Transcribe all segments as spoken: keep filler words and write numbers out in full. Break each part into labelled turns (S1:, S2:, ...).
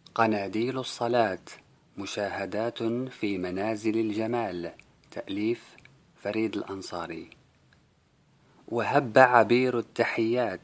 S1: قناديل الصلاة، مشاهدات في منازل الجمال. تأليف فريد الأنصاري. وهب عبير التحيات،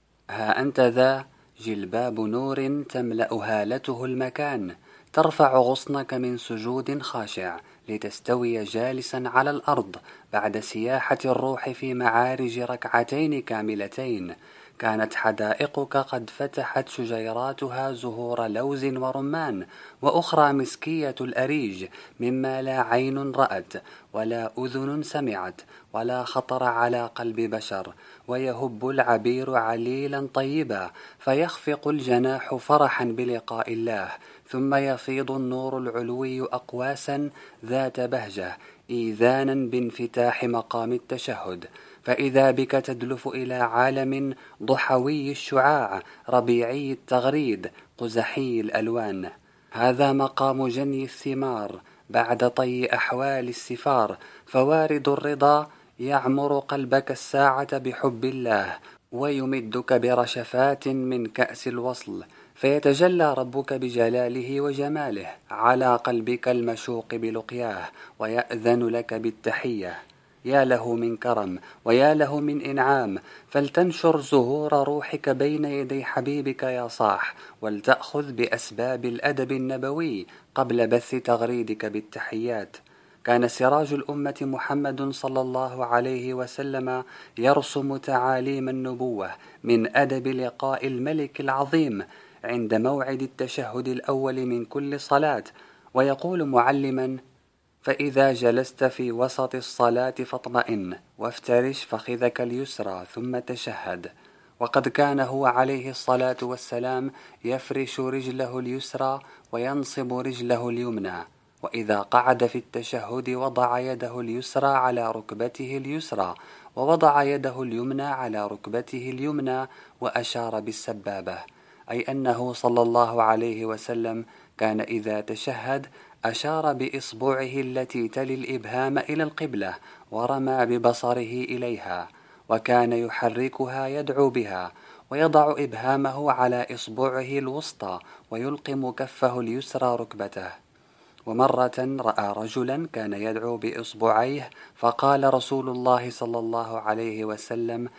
S1: ها أنت ذا جلباب نور تملأ هالته المكان، ترفع غصنك من سجود خاشع لتستوي جالسا على الأرض بعد سياحة الروح في معارج ركعتين كاملتين. كانت حدائقك قد فتحت شجيراتها زهور لوز ورمان، وأخرى مسكية الأريج مما لا عين رأت ولا أذن سمعت ولا خطر على قلب بشر. ويهب العبير عليلا طيبا، فيخفق الجناح فرحا بلقاء الله، ثم يفيض النور العلوي أقواسا ذات بهجة إيذانا بانفتاح مقام التشهد، فإذا بك تدلف إلى عالم ضحوي الشعاع ربيعي التغريد قزحي الألوان. هذا مقام جني الثمار بعد طي أحوال السفار، فوارد الرضا يعمر قلبك الساعة بحب الله، ويمدك برشفات من كأس الوصل، فيتجلى ربك بجلاله وجماله على قلبك المشوق بلقياه، ويأذن لك بالتحية. يا له من كرم ويا له من إنعام، فلتنشر زهور روحك بين يدي حبيبك يا صاح، ولتأخذ بأسباب الأدب النبوي قبل بث تغريدك بالتحيات. كان سراج الأمة محمد صلى الله عليه وسلم يرسم تعاليم النبوة من أدب لقاء الملك العظيم عند موعد التشهد الأول من كل صلاة، ويقول معلما: فإذا جلست في وسط الصلاة فاطمئن وافترش فخذك اليسرى ثم تشهد. وقد كان هو عليه الصلاة والسلام يفرش رجله اليسرى وينصب رجله اليمنى، وإذا قعد في التشهد وضع يده اليسرى على ركبته اليسرى، ووضع يده اليمنى على ركبته اليمنى، وأشار بالسبابة، أي أنه صلى الله عليه وسلم كان إذا تشهد أشار بإصبعه التي تلي الإبهام إلى القبلة ورمى ببصره إليها، وكان يحركها يدعو بها، ويضع إبهامه على إصبعه الوسطى ويلقم كفه اليسرى ركبته. ومرة رأى رجلا كان يدعو بإصبعيه، فقال رسول الله صلى الله عليه وسلم: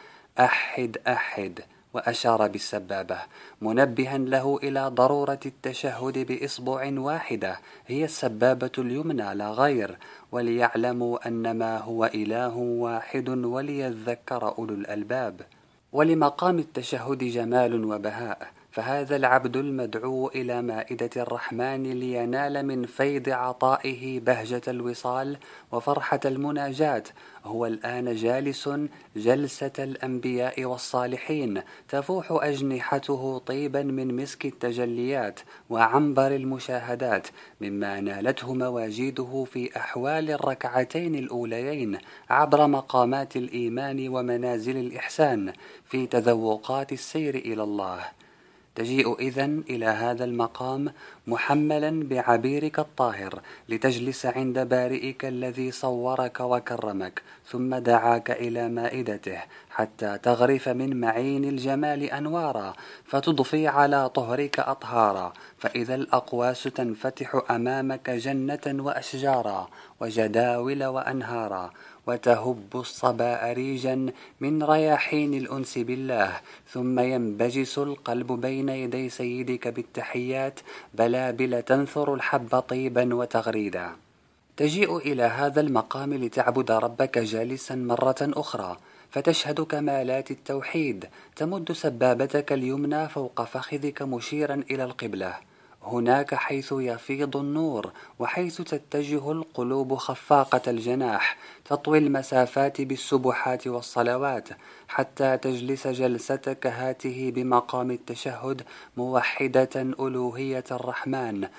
S1: أحد أحد، وأشار بالسبابة، منبها له إلى ضرورة التشهد بإصبع واحدة هي السبابة اليمنى لا غير، وليعلموا أنما هو إله واحد وليذكر أولو الألباب. ولمقام التشهد جمال وبهاء، فهذا العبد المدعو إلى مائدة الرحمن لينال من فيض عطائه بهجة الوصال وفرحة المناجاة هو الآن جالس جلسة الأنبياء والصالحين، تفوح أجنحته طيبا من مسك التجليات وعنبر المشاهدات، مما نالته مواجيده في أحوال الركعتين الأوليين عبر مقامات الإيمان ومنازل الإحسان في تذوقات السير إلى الله. تجيء إذن إلى هذا المقام محملا بعبيرك الطاهر لتجلس عند بارئك الذي صورك وكرمك، ثم دعاك إلى مائدته حتى تغرف من معين الجمال أنوارا، فتضفي على طهرك أطهارا، فإذا الأقواس تنفتح أمامك جنة وأشجارا وجداول وأنهارا، وتهب الصبا أريجا من رياحين الأنس بالله، ثم ينبجس القلب بين يدي سيدك بالتحيات بلابل تنثر الحب طيبا وتغريدا. تجيء إلى هذا المقام لتعبد ربك جالسا مرة أخرى، فتشهد كمالات التوحيد، تمد سبابتك اليمنى فوق فخذك مشيرا إلى القبلة، هناك حيث يفيض النور وحيث تتجه القلوب خفاقة الجناح، تطوي المسافات بالسبحات والصلوات، حتى تجلس جلستك هاته بمقام التشهد موحدة ألوهية الرحمن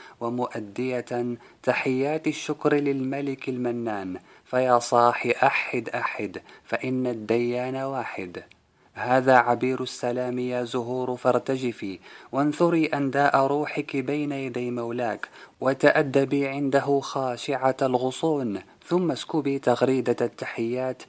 S1: ومؤدية تحيات الشكر للملك المنان. فيا صاح أحد أحد، فإن الديان واحد. هذا عبير السلام يا زهور، فارتجفي وانثري أنداء روحك بين يدي مولاك، وتأدبي عنده خاشعة الغصون، ثم اسكبي تغريدة التحيات: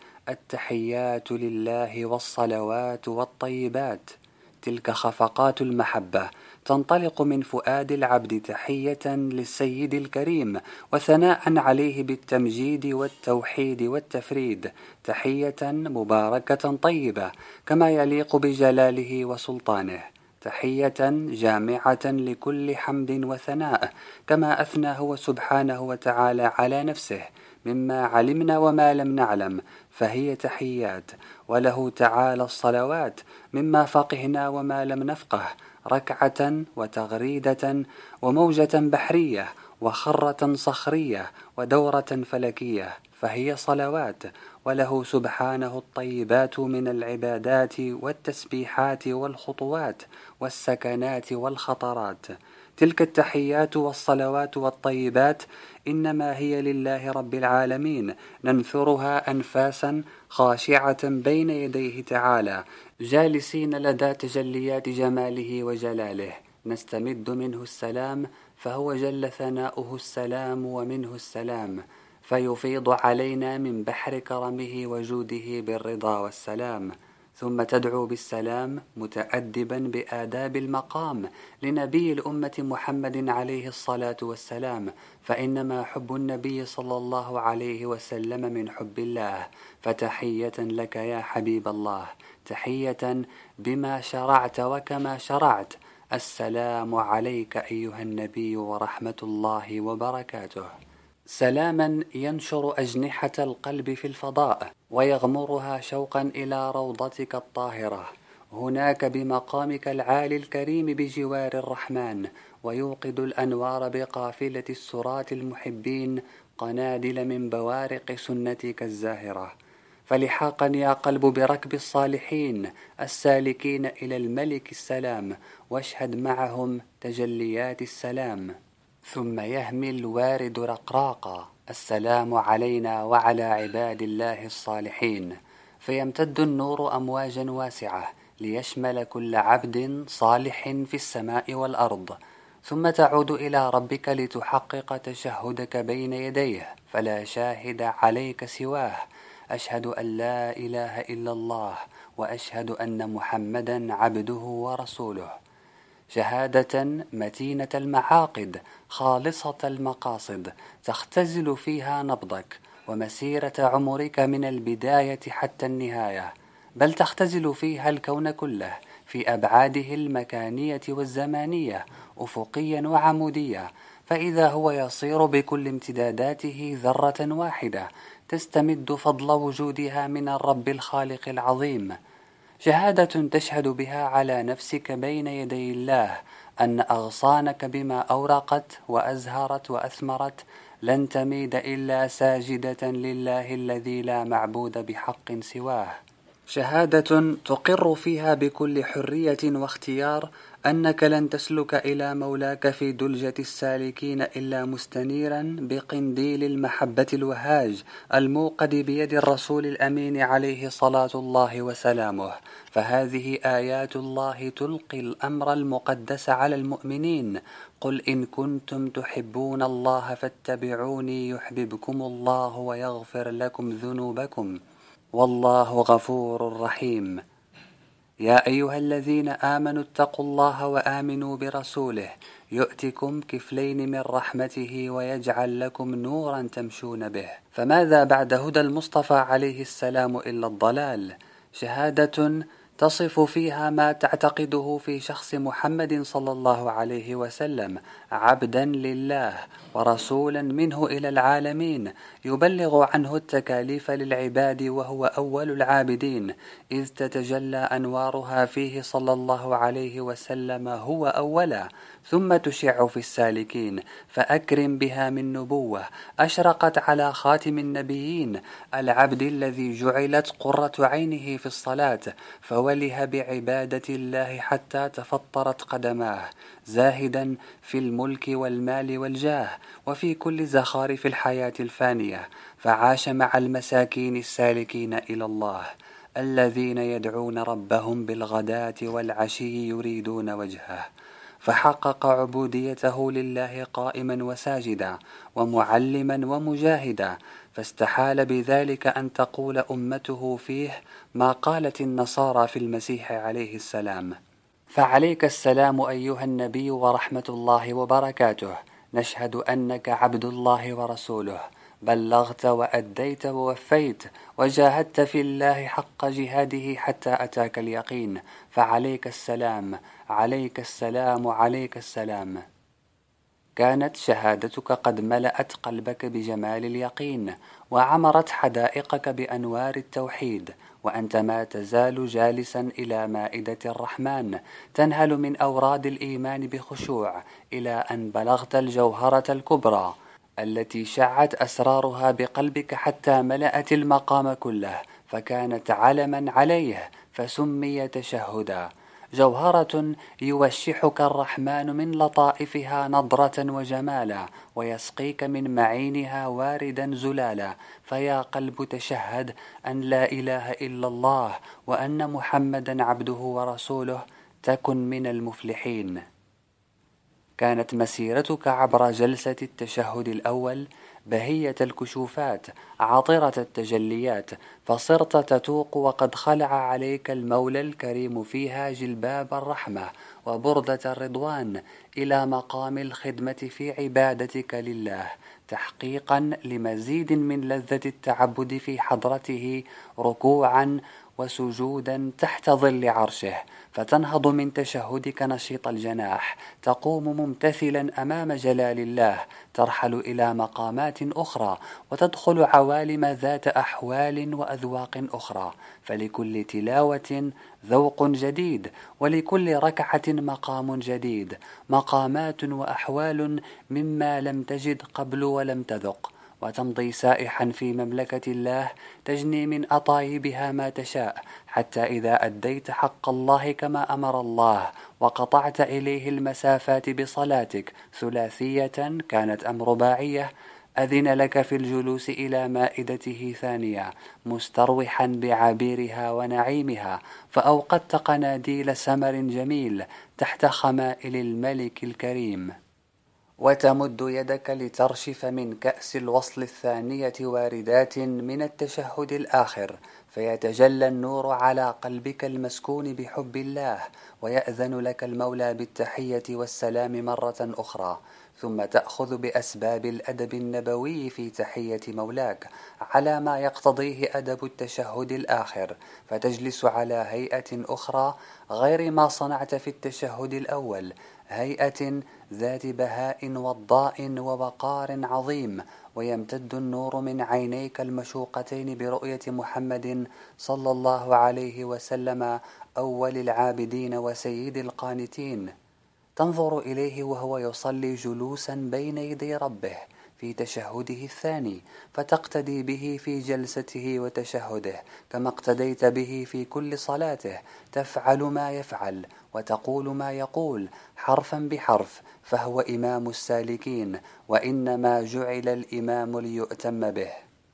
S1: التحيات لله والصلوات والطيبات. تلك خفقات المحبة، تنطلق من فؤاد العبد تحية للسيد الكريم وثناء عليه بالتمجيد والتوحيد والتفريد، تحية مباركة طيبة كما يليق بجلاله وسلطانه، تحية جامعة لكل حمد وثناء كما أثنى هو سبحانه وتعالى على نفسه مما علمنا وما لم نعلم، فهي تحيات. وله تعالى الصلوات مما فقهنا وما لم نفقه، ركعة وتغريدة وموجة بحرية وخرة صخرية ودورة فلكية، فهي صلوات. وله سبحانه الطيبات من العبادات والتسبيحات والخطوات والسكنات والخطرات. تلك التحيات والصلوات والطيبات إنما هي لله رب العالمين، ننثرها أنفاسا خاشعة بين يديه تعالى، جالسين لدى تجليات جماله وجلاله، نستمد منه السلام، فهو جل ثناؤه السلام ومنه السلام، فيفيض علينا من بحر كرمه وجوده بالرضا والسلام. ثم تدعو بالسلام متأدبا بآداب المقام لنبي الأمة محمد عليه الصلاة والسلام، فإنما حب النبي صلى الله عليه وسلم من حب الله، فتحية لك يا حبيب الله، تحية بما شرعت وكما شرعت. السلام عليك أيها النبي ورحمة الله وبركاته. سلاما ينشر أجنحة القلب في الفضاء ويغمرها شوقا إلى روضتك الطاهرة هناك بمقامك العالي الكريم بجوار الرحمن، ويوقد الأنوار بقافلة السرات المحبين قنادل من بوارق سنتك الزاهرة. فلحاقا يا قلب بركب الصالحين السالكين إلى الملك السلام، واشهد معهم تجليات السلام. ثم يهمي الوارد رقراقا السلام علينا وعلى عباد الله الصالحين، فيمتد النور أمواجا واسعة ليشمل كل عبد صالح في السماء والأرض، ثم تعود إلى ربك لتحقق تشهدك بين يديه، فلا شاهد عليك سواه. أشهد أن لا إله إلا الله وأشهد أن محمدا عبده ورسوله، شهادة متينة المعاقد خالصة المقاصد تختزل فيها نبضك ومسيرة عمرك من البداية حتى النهاية، بل تختزل فيها الكون كله في أبعاده المكانية والزمانية أفقيا وعمودية، فإذا هو يصير بكل امتداداته ذرة واحدة تستمد فضل وجودها من الرب الخالق العظيم، شهادة تشهد بها على نفسك بين يدي الله أن أغصانك بما أورقت وأزهرت وأثمرت لن تميد إلا ساجدة لله الذي لا معبود بحق سواه، شهادة تقر فيها بكل حرية واختيار أنك لن تسلك إلى مولاك في دلجة السالكين إلا مستنيرا بقنديل المحبة الوهاج الموقد بيد الرسول الأمين عليه صلاة الله وسلامه. فهذه آيات الله تلقي الأمر المقدس على المؤمنين: قل إن كنتم تحبون الله فاتبعوني يحببكم الله ويغفر لكم ذنوبكم والله غفور رحيم. يا أيها الذين آمنوا اتقوا الله وآمنوا برسوله يؤتكم كفلين من رحمته ويجعل لكم نورا تمشون به. فماذا بعد هدى المصطفى عليه السلام إلا الضلال؟ شهادة تصف فيها ما تعتقده في شخص محمد صلى الله عليه وسلم: عبدا لله ورسولا منه إلى العالمين، يبلغ عنه التكاليف للعباد وهو أول العابدين، إذ تتجلى أنوارها فيه صلى الله عليه وسلم هو أولا، ثم تشع في السالكين، فأكرم بها من نبوة أشرقت على خاتم النبيين، العبد الذي جعلت قرة عينه في الصلاة، فوله بعبادة الله حتى تفطرت قدماه، زاهدا في الملك والمال والجاه وفي كل زخارف الحياة الفانية، فعاش مع المساكين السالكين إلى الله الذين يدعون ربهم بالغداة والعشي يريدون وجهه، فحقق عبوديته لله قائما وساجدا ومعلما ومجاهدا، فاستحال بذلك أن تقول أمته فيه ما قالت النصارى في المسيح عليه السلام: فعليك السلام أيها النبي ورحمة الله وبركاته. نشهد أنك عبد الله ورسوله، بلغت وأديت ووفيت، وجاهدت في الله حق جهاده حتى أتاك اليقين. فعليك السلام، عليك السلام، عليك السلام. كانت شهادتك قد ملأت قلبك بجمال اليقين، وعمرت حدائقك بأنوار التوحيد، وأنت ما تزال جالسا إلى مائدة الرحمن تنهل من أوراد الإيمان بخشوع، إلى أن بلغت الجوهرة الكبرى التي شعت أسرارها بقلبك حتى ملأت المقام كله، فكانت علما عليه فسمي تشهدا. جوهرة يوشحك الرحمن من لطائفها نضرة وجمالا، ويسقيك من معينها واردا زلالا. فيا قلب تشهد أن لا إله إلا الله، وأن محمدا عبده ورسوله، تكن من المفلحين. كانت مسيرتك عبر جلسة التشهد الأول بهية الكشوفات، عطرة التجليات، فصرت تتوق وقد خلع عليك المولى الكريم فيها جلباب الرحمة وبردة الرضوان إلى مقام الخدمة في عبادتك لله، تحقيقا لمزيد من لذة التعبد في حضرته، ركوعا وسجودا تحت ظل عرشه. فتنهض من تشهدك نشيط الجناح، تقوم ممتثلا أمام جلال الله، ترحل إلى مقامات أخرى، وتدخل عوالم ذات أحوال وأذواق أخرى. فلكل تلاوة ذوق جديد، ولكل ركعة مقام جديد، مقامات وأحوال مما لم تجد قبل ولم تذق. وتمضي سائحا في مملكة الله، تجني من أطايبها ما تشاء، حتى إذا أديت حق الله كما أمر الله، وقطعت إليه المسافات بصلاتك ثلاثية كانت أم رباعية، أذن لك في الجلوس إلى مائدته ثانية، مستروحا بعبيرها ونعيمها، فأوقدت قناديل سمر جميل تحت خمائل الملك الكريم. وتمد يدك لترشف من كأس الوصل الثانية واردات من التشهد الآخر، فيتجلى النور على قلبك المسكون بحب الله، ويأذن لك المولى بالتحية والسلام مرة أخرى. ثم تأخذ بأسباب الأدب النبوي في تحية مولاك على ما يقتضيه أدب التشهد الآخر، فتجلس على هيئة أخرى غير ما صنعت في التشهد الأول، هيئة ذات بهاء وضاء ووقار عظيم، ويمتد النور من عينيك المشوقتين برؤية محمد صلى الله عليه وسلم أول العابدين وسيد القانتين. تنظر إليه وهو يصلي جلوسا بين يدي ربه في تشهده الثاني، فتقتدي به في جلسته وتشهده كما اقتديت به في كل صلاته، تفعل ما يفعل وتقول ما يقول حرفا بحرف، فهو إمام السالكين، وإنما جعل الإمام ليؤتم به.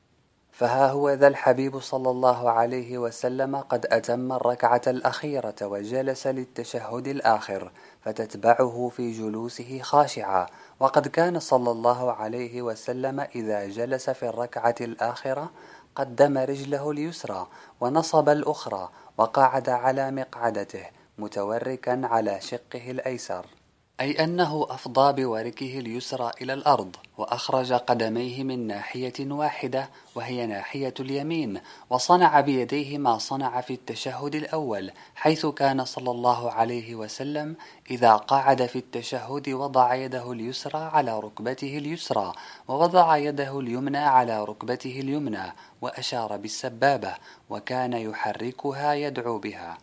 S1: فها هو ذا الحبيب صلى الله عليه وسلم قد أتم الركعة الأخيرة وجلس للتشهد الآخر، فتتبعه في جلوسه خاشعا. وقد كان صلى الله عليه وسلم إذا جلس في الركعة الآخرة قدم رجله اليسرى ونصب الأخرى، وقعد على مقعدته متوركا على شقه الأيسر، أي أنه أفضى بوركه اليسرى إلى الأرض، وأخرج قدميه من ناحية واحدة وهي ناحية اليمين، وصنع بيديه ما صنع في التشهد الأول، حيث كان صلى الله عليه وسلم إذا قعد في التشهد وضع يده اليسرى على ركبته اليسرى، ووضع يده اليمنى على ركبته اليمنى، وأشار بالسبابة، وكان يحركها يدعو بها.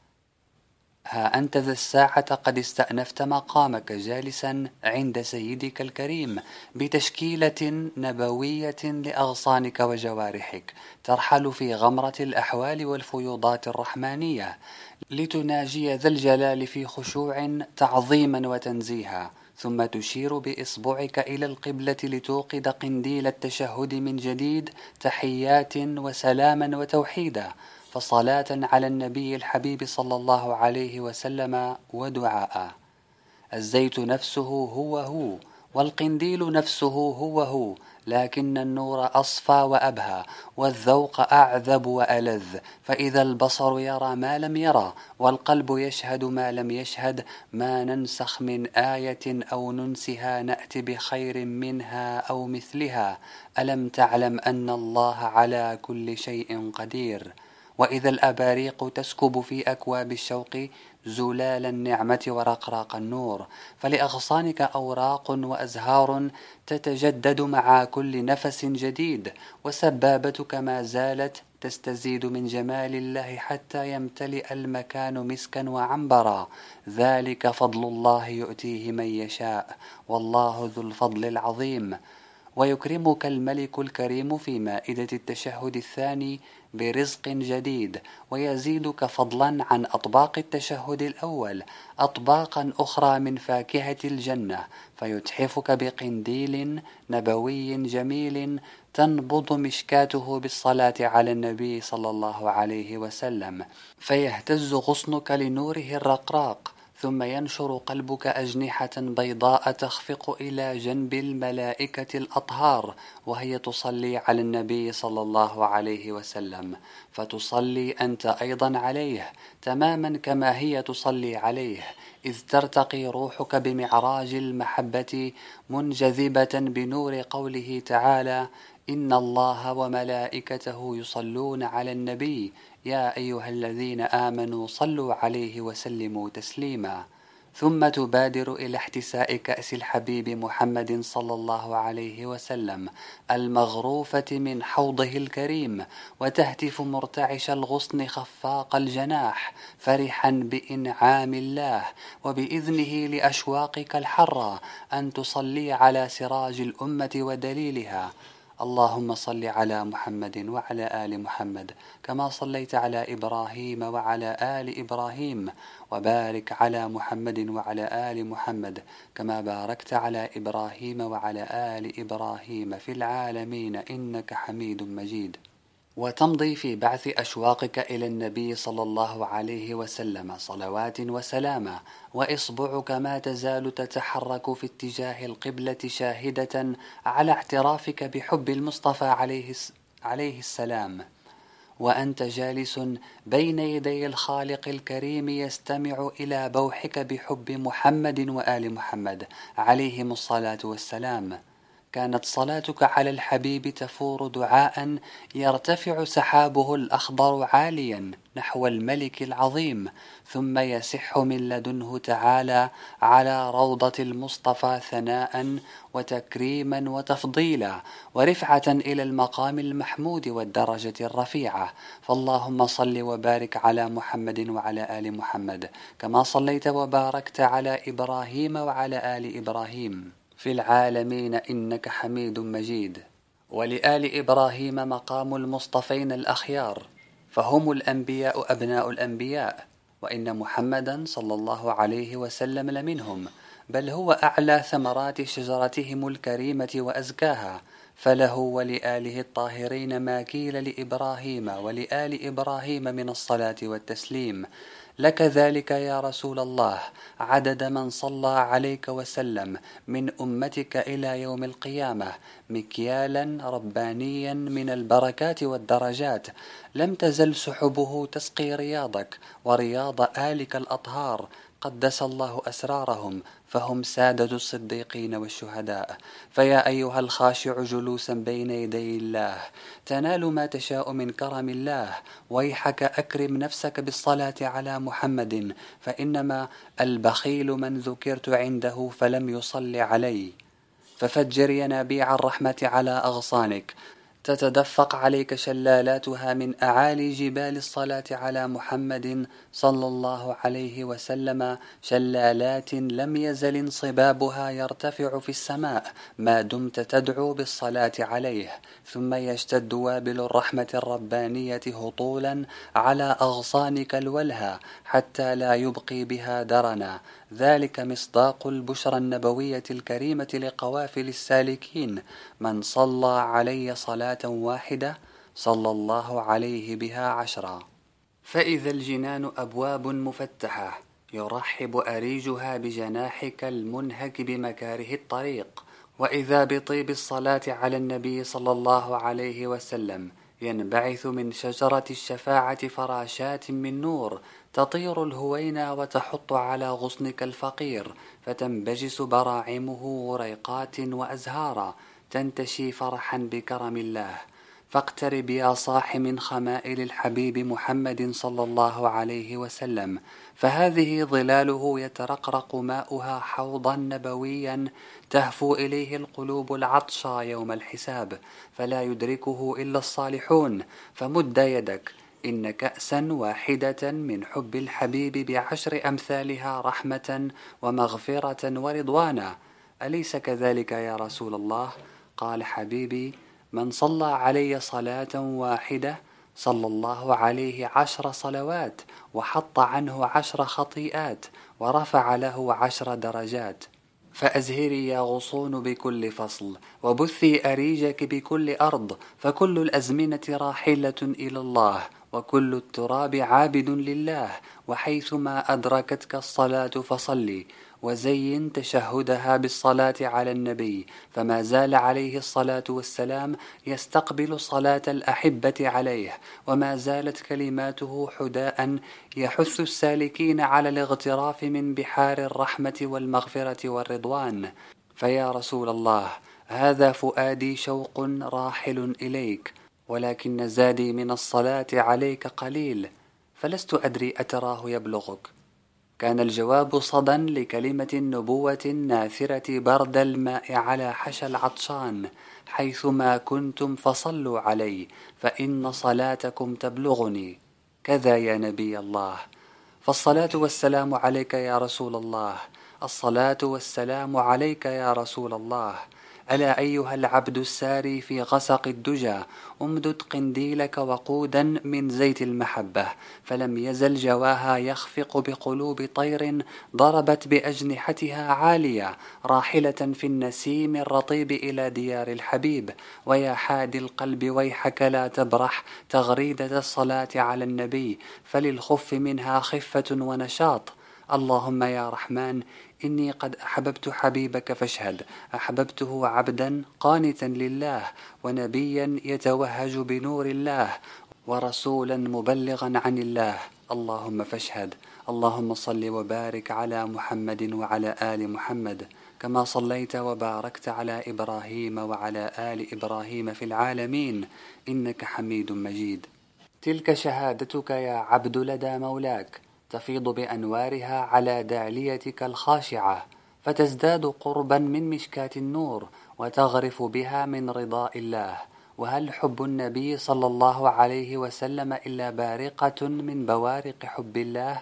S1: ها أنت ذا الساعة قد استأنفت مقامك جالسا عند سيدك الكريم بتشكيلة نبوية لأغصانك وجوارحك، ترحل في غمرة الأحوال والفيوضات الرحمانية لتناجي ذا الجلال في خشوع تعظيما وتنزيها، ثم تشير بإصبعك إلى القبلة لتوقد قنديل التشهد من جديد تحيات وسلاما وتوحيدا، فصلاة على النبي الحبيب صلى الله عليه وسلم ودعاء. الزيت نفسه هو هو، والقنديل نفسه هو هو، لكن النور أصفى وأبهى، والذوق أعذب وألذ. فإذا البصر يرى ما لم يرى، والقلب يشهد ما لم يشهد، ما ننسخ من آية أو ننسها نأت بخير منها أو مثلها. ألم تعلم أن الله على كل شيء قدير. وإذا الأباريق تسكب في أكواب الشوق زلال النعمة ورقراق النور، فلأغصانك أوراق وأزهار تتجدد مع كل نفس جديد، وسبابتك ما زالت تستزيد من جمال الله حتى يمتلئ المكان مسكا وعنبرا. ذلك فضل الله يؤتيه من يشاء، والله ذو الفضل العظيم. ويكرمك الملك الكريم في مائدة التشهد الثاني برزق جديد، ويزيدك فضلا عن أطباق التشهد الأول أطباقا أخرى من فاكهة الجنة، فيتحفك بقنديل نبوي جميل تنبض مشكاته بالصلاة على النبي صلى الله عليه وسلم، فيهتز غصنك لنوره الرقراق، ثم ينشر قلبك أجنحة بيضاء تخفق إلى جنب الملائكة الأطهار وهي تصلي على النبي صلى الله عليه وسلم، فتصلي أنت أيضا عليه تماما كما هي تصلي عليه، إذ ترتقي روحك بمعراج المحبة منجذبة بنور قوله تعالى: إن الله وملائكته يصلون على النبي يا أيها الذين آمنوا صلوا عليه وسلموا تسليما. ثم تبادر إلى احتساء كأس الحبيب محمد صلى الله عليه وسلم المغروفة من حوضه الكريم، وتهتف مرتعش الغصن خفاق الجناح فرحا بإنعام الله وبإذنه لأشواقك الحرة أن تصلي على سراج الأمة ودليلها. اللهم صل على محمد وعلى آل محمد كما صليت على إبراهيم وعلى آل إبراهيم، وبارك على محمد وعلى آل محمد كما باركت على إبراهيم وعلى آل إبراهيم في العالمين إنك حميد مجيد. وتمضي في بعث أشواقك إلى النبي صلى الله عليه وسلم صلوات وسلاما، وإصبعك ما تزال تتحرك في اتجاه القبلة شاهدة على اعترافك بحب المصطفى عليه السلام، وأنت جالس بين يدي الخالق الكريم يستمع إلى بوحك بحب محمد وآل محمد عليهم الصلاة والسلام. كانت صلاتك على الحبيب تفور دعاء يرتفع سحابه الأخضر عاليا نحو الملك العظيم، ثم يسح من لدنه تعالى على روضة المصطفى ثناء وتكريما وتفضيلا ورفعة إلى المقام المحمود والدرجة الرفيعة. فاللهم صل وبارك على محمد وعلى آل محمد كما صليت وباركت على إبراهيم وعلى آل إبراهيم في العالمين إنك حميد مجيد. ولآل إبراهيم مقام المصطفين الأخيار، فهم الأنبياء أبناء الأنبياء، وإن محمدا صلى الله عليه وسلم لمنهم، بل هو أعلى ثمرات شجرتهم الكريمة وأزكاها، فله ولآله الطاهرين ما كيل لإبراهيم ولآل إبراهيم من الصلاة والتسليم. لك ذلك يا رسول الله عدد من صلى عليك وسلم من أمتك إلى يوم القيامة، مكيالا ربانيا من البركات والدرجات، لم تزل سحبه تسقي رياضك ورياض آلك الأطهار، قدس الله أسرارهم، فهم سادة الصديقين والشهداء. فيا أيها الخاشع جلوسا بين يدي الله تنال ما تشاء من كرم الله، ويحك أكرم نفسك بالصلاة على محمد، فإنما البخيل من ذكرت عنده فلم يصل علي. ففجر ينابيع الرحمة على أغصانك تتدفق عليك شلالاتها من أعالي جبال الصلاة على محمد صلى الله عليه وسلم، شلالات لم يزل انصبابها يرتفع في السماء ما دمت تدعو بالصلاة عليه، ثم يشتد وابل الرحمة الربانية هطولا على أغصانك الولهى حتى لا يبقي بها درنا. ذلك مصداق البشرى النبوية الكريمة لقوافل السالكين: من صلى علي صلاة واحدة صلى الله عليه بها عشرا. فإذا الجنان أبواب مفتحة يرحب أريجها بجناحك المنهك بمكاره الطريق، وإذا بطيب الصلاة على النبي صلى الله عليه وسلم ينبعث من شجرة الشفاعة فراشات من نور تطير الهوينا وتحط على غصنك الفقير، فتنبجس براعمه ريقات وأزهارا تنتشي فرحا بكرم الله. فاقترب يا صاح من خمائل الحبيب محمد صلى الله عليه وسلم، فهذه ظلاله يترقرق ماؤها حوضا نبويا تهفو إليه القلوب العطشى يوم الحساب، فلا يدركه إلا الصالحون. فمد يدك، إن كأسا واحدة من حب الحبيب بعشر أمثالها رحمة ومغفرة ورضوانا. أليس كذلك يا رسول الله؟ قال حبيبي: من صلى علي صلاة واحدة صلى الله عليه عشر صلوات، وحط عنه عشر خطيئات، ورفع له عشر درجات. فأزهري يا غصون بكل فصل، وبثي أريجك بكل أرض، فكل الأزمنة راحلة إلى الله، وكل التراب عابد لله، وحيثما أدركتك الصلاة فصلي. وزين تشهدها بالصلاة على النبي، فما زال عليه الصلاة والسلام يستقبل صلاة الأحبة عليه، وما زالت كلماته حداء يحث السالكين على الاغتراف من بحار الرحمة والمغفرة والرضوان. فيا رسول الله، هذا فؤادي شوق راحل إليك، ولكن زادي من الصلاة عليك قليل، فلست أدري أتراه يبلغك. كان الجواب صدى لكلمة النبوة الناثرة برد الماء على حشى العطشان: حيثما كنتم فصلوا علي، فإن صلاتكم تبلغني. كذا يا نبي الله. فالصلاة والسلام عليك يا رسول الله، الصلاة والسلام عليك يا رسول الله. ألا أيها العبد الساري في غسق الدجى، أمدد قنديلك وقودا من زيت المحبة، فلم يزل جواها يخفق بقلوب طير ضربت بأجنحتها عالية راحلة في النسيم الرطيب إلى ديار الحبيب. ويا حادي القلب ويحك لا تبرح تغريدة الصلاة على النبي، فللخف منها خفة ونشاط. اللهم يا رحمن، إني قد أحببت حبيبك فاشهد. أحببته عبدا قانتا لله، ونبيا يتوهج بنور الله، ورسولا مبلغا عن الله. اللهم فاشهد. اللهم صل وبارك على محمد وعلى آل محمد، كما صليت وباركت على إبراهيم وعلى آل إبراهيم في العالمين إنك حميد مجيد. تلك شهادتك يا عبد لدى مولاك، تفيض بأنوارها على داعليتك الخاشعة، فتزداد قربا من مشكاة النور، وتغرف بها من رضاء الله. وهل حب النبي صلى الله عليه وسلم إلا بارقة من بوارق حب الله؟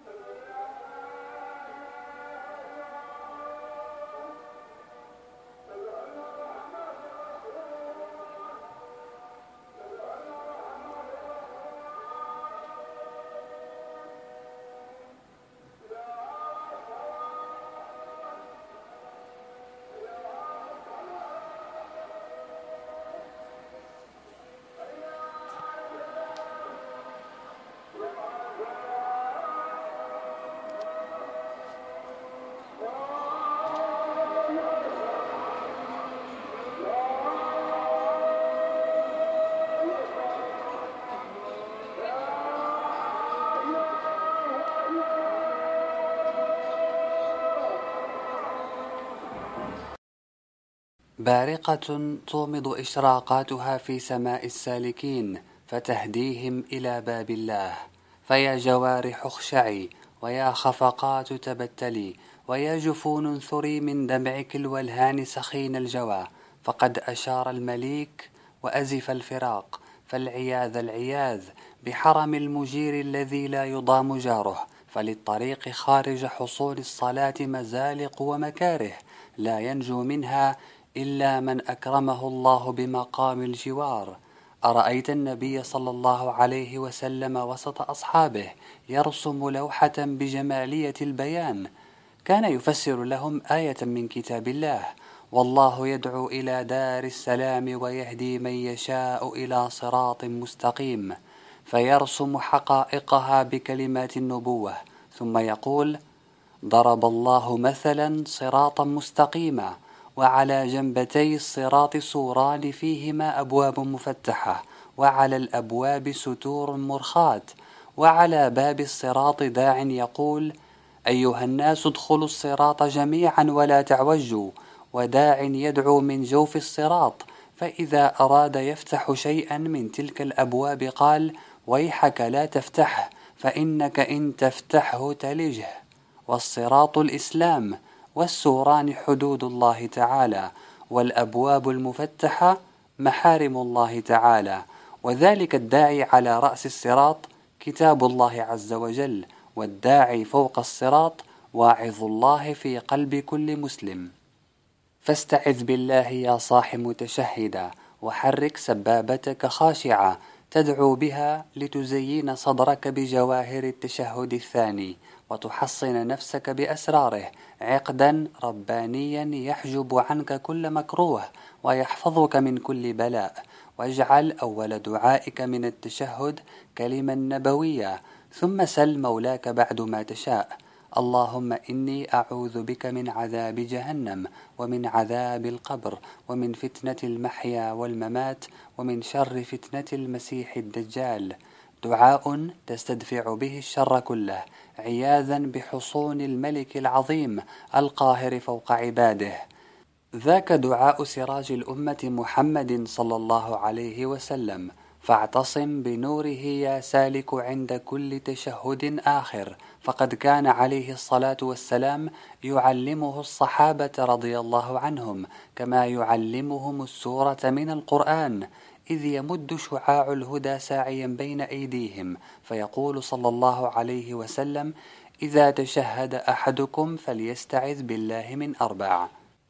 S1: بارقة تومض إشراقاتها في سماء السالكين، فتهديهم إلى باب الله. فيا جوارح اخشعي، ويا خفقات تبتلي، ويا جفون ثري من دمعك الولهان سخين الجوى، فقد أشار المليك وأزف الفراق. فالعياذ العياذ بحرم المجير الذي لا يضام جاره، فللطريق خارج حصول الصلاة مزالق ومكاره، لا ينجو منها إلا من أكرمه الله بمقام الجوار. أرأيت النبي صلى الله عليه وسلم وسط أصحابه يرسم لوحة بجمالية البيان، كان يفسر لهم آية من كتاب الله: والله يدعو إلى دار السلام ويهدي من يشاء إلى صراط مستقيم، فيرسم حقائقها بكلمات النبوة، ثم يقول: ضرب الله مثلا صراطا مستقيما، وعلى جنبتي الصراط سوران فيهما أبواب مفتحة، وعلى الأبواب ستور مرخاة، وعلى باب الصراط داع يقول: أيها الناس ادخلوا الصراط جميعا ولا تعوجوا، وداع يدعو من جوف الصراط، فإذا أراد يفتح شيئا من تلك الأبواب قال: ويحك لا تفتحه، فإنك إن تفتحه تلجه. والصراط الإسلام، والسوران حدود الله تعالى، والأبواب المفتحة محارم الله تعالى. وذلك الداعي على رأس الصراط كتاب الله عز وجل، والداعي فوق الصراط واعظ الله في قلب كل مسلم. فاستعذ بالله يا صاح متشهدا، وحرك سبابتك خاشعة تدعو بها لتزين صدرك بجواهر التشهد الثاني، وتحصن نفسك بأسراره عقدا ربانيا يحجب عنك كل مكروه ويحفظك من كل بلاء. واجعل أول دعائك من التشهد كلمة نبوية، ثم سل مولاك بعد ما تشاء: اللهم إني أعوذ بك من عذاب جهنم، ومن عذاب القبر، ومن فتنة المحيا والممات، ومن شر فتنة المسيح الدجال. دعاء تستدفع به الشر كله، عياذا بحصون الملك العظيم القاهر فوق عباده. ذاك دعاء سراج الأمة محمد صلى الله عليه وسلم: فاعتصم بنوره يا سالك عند كل تشهد آخر، فقد كان عليه الصلاة والسلام يعلمه الصحابة رضي الله عنهم كما يعلمهم السورة من القرآن، إذ يمد شعاع الهدى ساعيا بين أيديهم، فيقول صلى الله عليه وسلم: إذا تشهد أحدكم فليستعذ بالله من أربع،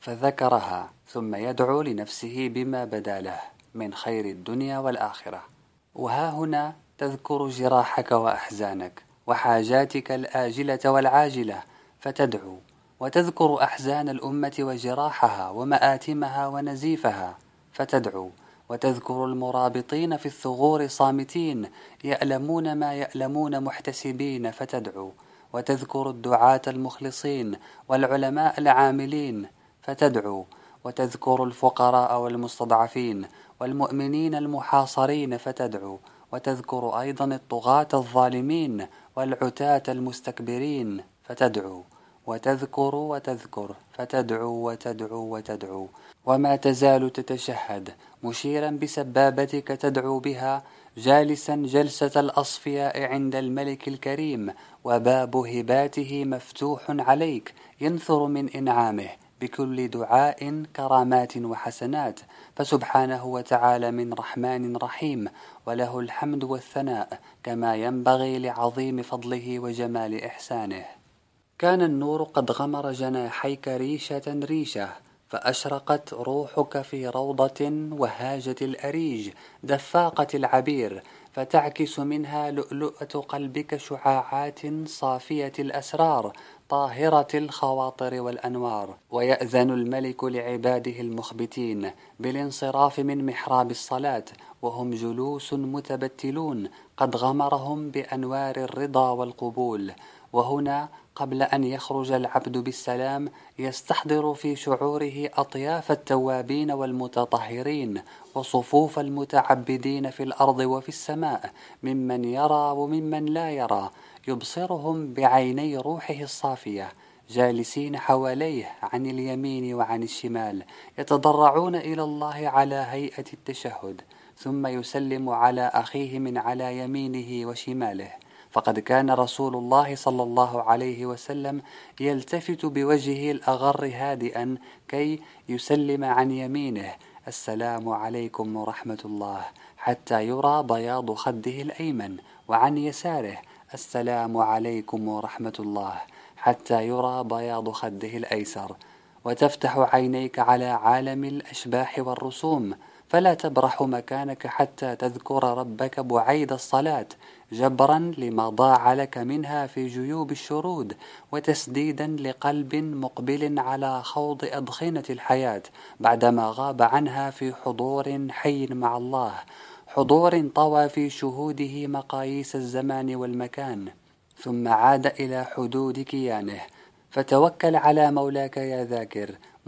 S1: فذكرها، ثم يدعو لنفسه بما بدا له من خير الدنيا والآخرة. وها هنا تذكر جراحك وأحزانك وحاجاتك الآجلة والعاجلة فتدعو، وتذكر أحزان الأمة وجراحها ومآتمها ونزيفها فتدعو، وتذكر المرابطين في الثغور صامتين يألمون ما يألمون محتسبين فتدعو، وتذكر الدعاة المخلصين والعلماء العاملين فتدعو، وتذكر الفقراء والمستضعفين والمؤمنين المحاصرين فتدعو، وتذكر أيضا الطغاة الظالمين والعتاة المستكبرين فتدعو، وتذكر وتذكر فتدعو وتدعو وتدعو. وما تزال تتشهد مشيرا بسبابتك تدعو بها، جالسا جلسة الأصفياء عند الملك الكريم، وباب هباته مفتوح عليك ينثر من إنعامه بكل دعاء كرامات وحسنات، فسبحانه وتعالى من رحمن رحيم، وله الحمد والثناء كما ينبغي لعظيم فضله وجمال إحسانه. كان النور قد غمر جناحيك ريشة ريشة، فأشرقت روحك في روضة وهاجت الأريج دفاقة العبير، فتعكس منها لؤلؤة قلبك شعاعات صافية الأسرار طاهرة الخواطر والأنوار. ويأذن الملك لعباده المخبتين بالانصراف من محراب الصلاة وهم جلوس متبتلون قد غمرهم بأنوار الرضا والقبول. وهنا قبل أن يخرج العبد بالسلام يستحضر في شعوره أطياف التوابين والمتطهرين وصفوف المتعبدين في الأرض وفي السماء، ممن يرى وممن لا يرى، يبصرهم بعيني روحه الصافية جالسين حواليه عن اليمين وعن الشمال، يتضرعون إلى الله على هيئة التشهد، ثم يسلم على أخيه من على يمينه وشماله. فقد كان رسول الله صلى الله عليه وسلم يلتفت بوجهه الأغر هادئا كي يسلم عن يمينه: السلام عليكم ورحمة الله، حتى يرى بياض خده الأيمن، وعن يساره: السلام عليكم ورحمة الله، حتى يرى بياض خده الأيسر. وتفتح عينيك على عالم الأشباح والرسوم، فلا تبرح مكانك حتى تذكر ربك بعيد الصلاة، جبرا لما ضاع لك منها في جيوب الشرود، وتسديدا لقلب مقبل على خوض أدخنة الحياة بعدما غاب عنها في حضور حي مع الله، حضور طوى في شهوده مقاييس الزمان والمكان، ثم عاد إلى حدود كيانه. فتوكل على مولاك يا ذاكر،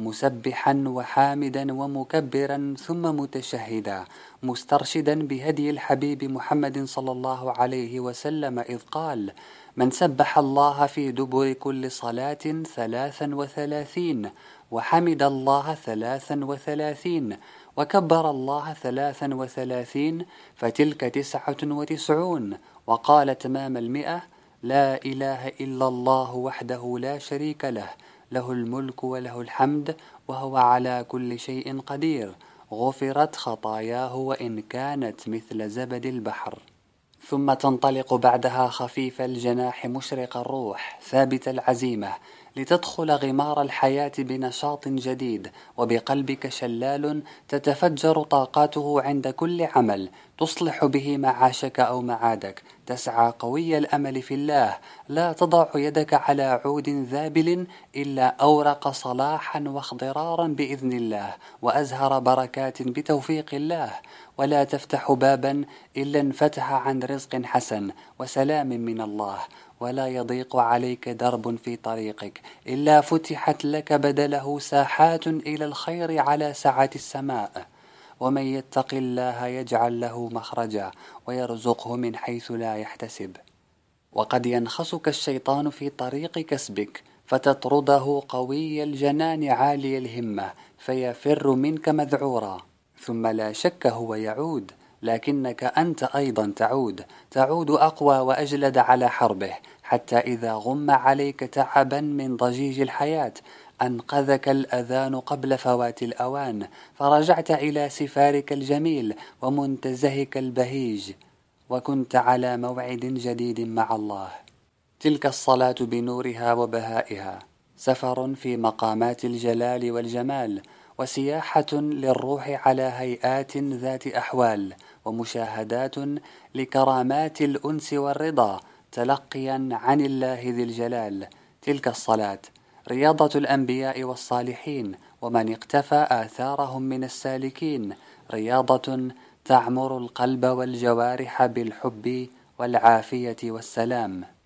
S1: مسبحا وحامدا ومكبرا ثم متشهدا مسترشدا بهدي الحبيب محمد صلى الله عليه وسلم إذ قال: من سبح الله في دبر كل صلاة ثلاثا وثلاثين وحمد الله ثلاثا وثلاثين وكبر الله ثلاثا وثلاثين فتلك تسعة وتسعون، وقال تمام المئة: لا إله إلا الله وحده لا شريك له، له الملك وله الحمد وهو على كل شيء قدير، غفرت خطاياه وإن كانت مثل زبد البحر. ثم تنطلق بعدها خفيف الجناح مشرق الروح ثابت العزيمة لتدخل غمار الحياة بنشاط جديد، وبقلبك شلال تتفجر طاقاته عند كل عمل تصلح به معاشك أو معادك، تسعى قوي الأمل في الله، لا تضع يدك على عود ذابل إلا أورق صلاحا واخضرارا بإذن الله، وأزهر بركات بتوفيق الله، ولا تفتح بابا إلا انفتح عن رزق حسن وسلام من الله، ولا يضيق عليك درب في طريقك إلا فتحت لك بدله ساحات إلى الخير على سعة السماء. ومن يتق الله يجعل له مخرجا ويرزقه من حيث لا يحتسب. وقد ينخسك الشيطان في طريق كسبك فتطرده قوي الجنان عالي الهمة فيفر منك مذعورا، ثم لا شك هو يعود، لكنك أنت أيضا تعود تعود أقوى وأجلد على حربه، حتى إذا غم عليك تعبا من ضجيج الحياة أنقذك الأذان قبل فوات الأوان، فرجعت إلى سفارك الجميل ومنتزهك البهيج، وكنت على موعد جديد مع الله. تلك الصلاة بنورها وبهائها سفر في مقامات الجلال والجمال، وسياحة للروح على هيئات ذات أحوال، ومشاهدات لكرامات الأنس والرضا تلقيا عن الله ذي الجلال. تلك الصلاة رياضة الأنبياء والصالحين ومن اقتفى آثارهم من السالكين، رياضة تعمر القلب والجوارح بالحب والعافية والسلام.